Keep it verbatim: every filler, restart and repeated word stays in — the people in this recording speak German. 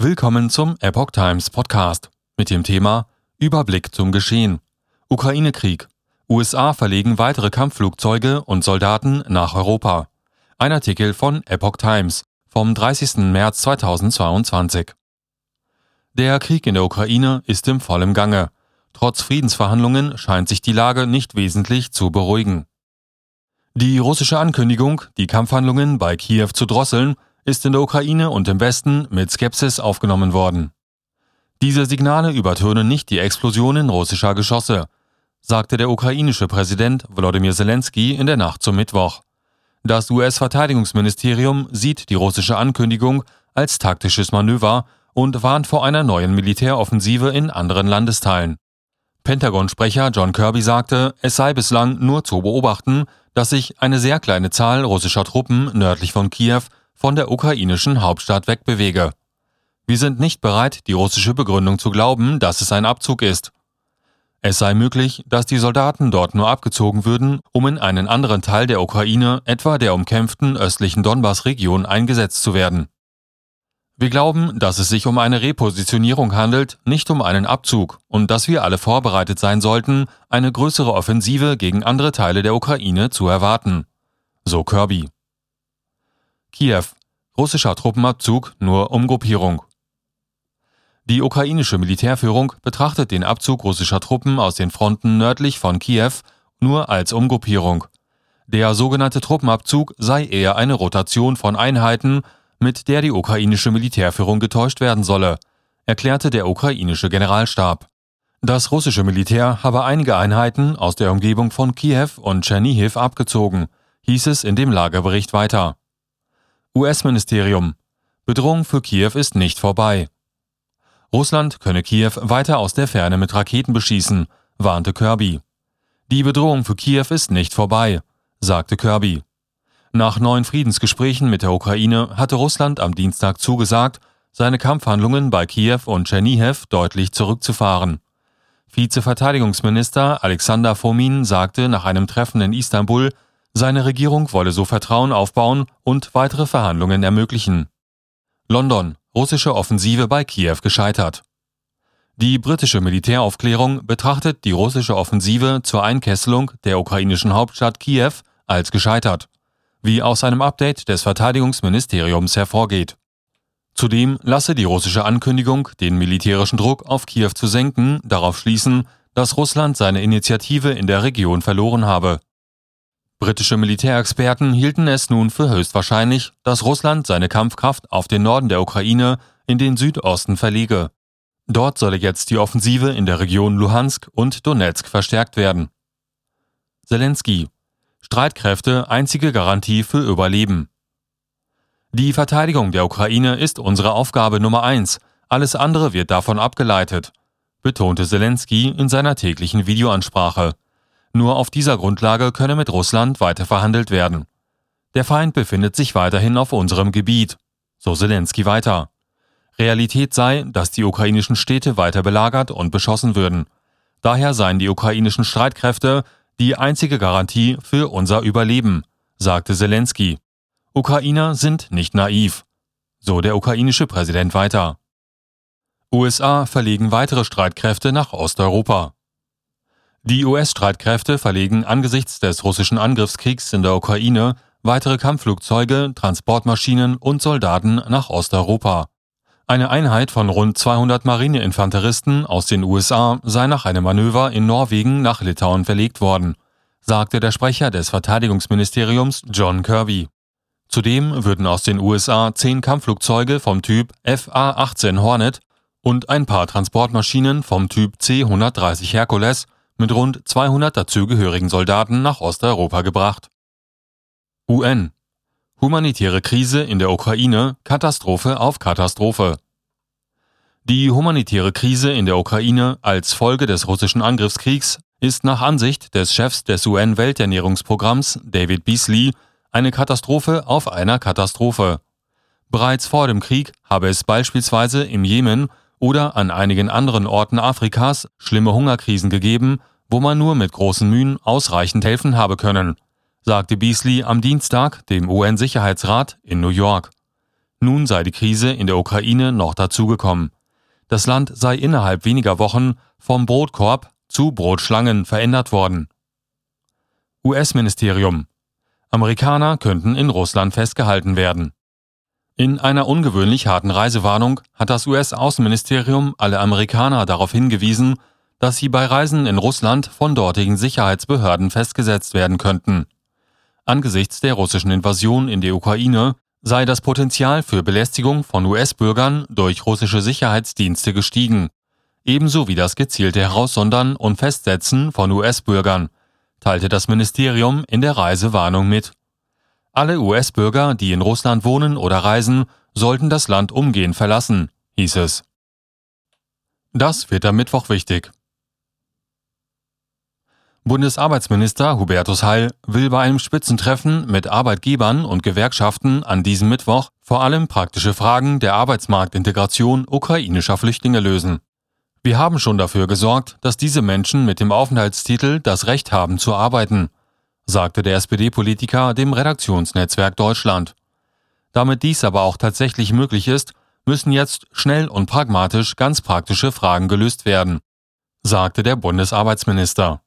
Willkommen zum Epoch Times Podcast mit dem Thema Überblick zum Geschehen. Ukraine-Krieg. U S A verlegen weitere Kampfflugzeuge und Soldaten nach Europa. Ein Artikel von Epoch Times vom dreißigsten März zweitausendzweiundzwanzig. Der Krieg in der Ukraine ist im vollen Gange. Trotz Friedensverhandlungen scheint sich die Lage nicht wesentlich zu beruhigen. Die russische Ankündigung, die Kampfhandlungen bei Kiew zu drosseln, ist in der Ukraine und im Westen mit Skepsis aufgenommen worden. Diese Signale übertönen nicht die Explosionen russischer Geschosse, sagte der ukrainische Präsident Volodymyr Zelensky in der Nacht zum Mittwoch. Das U S-Verteidigungsministerium sieht die russische Ankündigung als taktisches Manöver und warnt vor einer neuen Militäroffensive in anderen Landesteilen. Pentagon-Sprecher John Kirby sagte, es sei bislang nur zu beobachten, dass sich eine sehr kleine Zahl russischer Truppen nördlich von Kiew von der ukrainischen Hauptstadt wegbewege. Wir sind nicht bereit, die russische Begründung zu glauben, dass es ein Abzug ist. Es sei möglich, dass die Soldaten dort nur abgezogen würden, um in einen anderen Teil der Ukraine, etwa der umkämpften östlichen Donbass-Region, eingesetzt zu werden. Wir glauben, dass es sich um eine Repositionierung handelt, nicht um einen Abzug, und dass wir alle vorbereitet sein sollten, eine größere Offensive gegen andere Teile der Ukraine zu erwarten. So Kirby. Kiew. Russischer Truppenabzug nur Umgruppierung. Die ukrainische Militärführung betrachtet den Abzug russischer Truppen aus den Fronten nördlich von Kiew nur als Umgruppierung. Der sogenannte Truppenabzug sei eher eine Rotation von Einheiten, mit der die ukrainische Militärführung getäuscht werden solle, erklärte der ukrainische Generalstab. Das russische Militär habe einige Einheiten aus der Umgebung von Kiew und Tschernihiw abgezogen, hieß es in dem Lagerbericht weiter. U S-Ministerium. Bedrohung für Kiew ist nicht vorbei. Russland könne Kiew weiter aus der Ferne mit Raketen beschießen, warnte Kirby. Die Bedrohung für Kiew ist nicht vorbei, sagte Kirby. Nach neuen Friedensgesprächen mit der Ukraine hatte Russland am Dienstag zugesagt, seine Kampfhandlungen bei Kiew und Tschernihiw deutlich zurückzufahren. Vizeverteidigungsminister Alexander Fomin sagte nach einem Treffen in Istanbul, seine Regierung wolle so Vertrauen aufbauen und weitere Verhandlungen ermöglichen. London. Russische Offensive bei Kiew gescheitert. Die britische Militäraufklärung betrachtet die russische Offensive zur Einkesselung der ukrainischen Hauptstadt Kiew als gescheitert, wie aus einem Update des Verteidigungsministeriums hervorgeht. Zudem lasse die russische Ankündigung, den militärischen Druck auf Kiew zu senken, darauf schließen, dass Russland seine Initiative in der Region verloren habe. Britische Militärexperten hielten es nun für höchstwahrscheinlich, dass Russland seine Kampfkraft auf den Norden der Ukraine in den Südosten verlege. Dort solle jetzt die Offensive in der Region Luhansk und Donetsk verstärkt werden. Zelensky. Streitkräfte einzige Garantie für Überleben. Die Verteidigung der Ukraine ist unsere Aufgabe Nummer eins, alles andere wird davon abgeleitet, betonte Zelensky in seiner täglichen Videoansprache. Nur auf dieser Grundlage könne mit Russland weiter verhandelt werden. Der Feind befindet sich weiterhin auf unserem Gebiet, so Zelensky weiter. Realität sei, dass die ukrainischen Städte weiter belagert und beschossen würden. Daher seien die ukrainischen Streitkräfte die einzige Garantie für unser Überleben, sagte Zelensky. Ukrainer sind nicht naiv, so der ukrainische Präsident weiter. U S A verlegen weitere Streitkräfte nach Osteuropa. Die U S-Streitkräfte verlegen angesichts des russischen Angriffskriegs in der Ukraine weitere Kampfflugzeuge, Transportmaschinen und Soldaten nach Osteuropa. Eine Einheit von rund zweihundert Marineinfanteristen aus den U S A sei nach einem Manöver in Norwegen nach Litauen verlegt worden, sagte der Sprecher des Verteidigungsministeriums John Kirby. Zudem würden aus den U S A zehn Kampfflugzeuge vom Typ F A achtzehn Hornet und ein paar Transportmaschinen vom Typ C hundertdreißig Hercules mit rund zweihundert dazugehörigen Soldaten nach Osteuropa gebracht. U N. Humanitäre Krise in der Ukraine, Katastrophe auf Katastrophe. Die humanitäre Krise in der Ukraine als Folge des russischen Angriffskriegs ist nach Ansicht des Chefs des U N-Welternährungsprogramms David Beasley eine Katastrophe auf einer Katastrophe. Bereits vor dem Krieg habe es beispielsweise im Jemen oder an einigen anderen Orten Afrikas schlimme Hungerkrisen gegeben, wo man nur mit großen Mühen ausreichend helfen habe können, sagte Beasley am Dienstag dem U N-Sicherheitsrat in New York. Nun sei die Krise in der Ukraine noch dazugekommen. Das Land sei innerhalb weniger Wochen vom Brotkorb zu Brotschlangen verändert worden. U S-Ministerium: Amerikaner könnten in Russland festgehalten werden. In einer ungewöhnlich harten Reisewarnung hat das U S-Außenministerium alle Amerikaner darauf hingewiesen, dass sie bei Reisen in Russland von dortigen Sicherheitsbehörden festgesetzt werden könnten. Angesichts der russischen Invasion in die Ukraine sei das Potenzial für Belästigung von U S-Bürgern durch russische Sicherheitsdienste gestiegen, ebenso wie das gezielte Heraussondern und Festsetzen von U S-Bürgern, teilte das Ministerium in der Reisewarnung mit. Alle U S-Bürger, die in Russland wohnen oder reisen, sollten das Land umgehend verlassen, hieß es. Das wird am Mittwoch wichtig. Bundesarbeitsminister Hubertus Heil will bei einem Spitzentreffen mit Arbeitgebern und Gewerkschaften an diesem Mittwoch vor allem praktische Fragen der Arbeitsmarktintegration ukrainischer Flüchtlinge lösen. Wir haben schon dafür gesorgt, dass diese Menschen mit dem Aufenthaltstitel das Recht haben zu arbeiten, sagte der S P D-Politiker dem Redaktionsnetzwerk Deutschland. Damit dies aber auch tatsächlich möglich ist, müssen jetzt schnell und pragmatisch ganz praktische Fragen gelöst werden, sagte der Bundesarbeitsminister.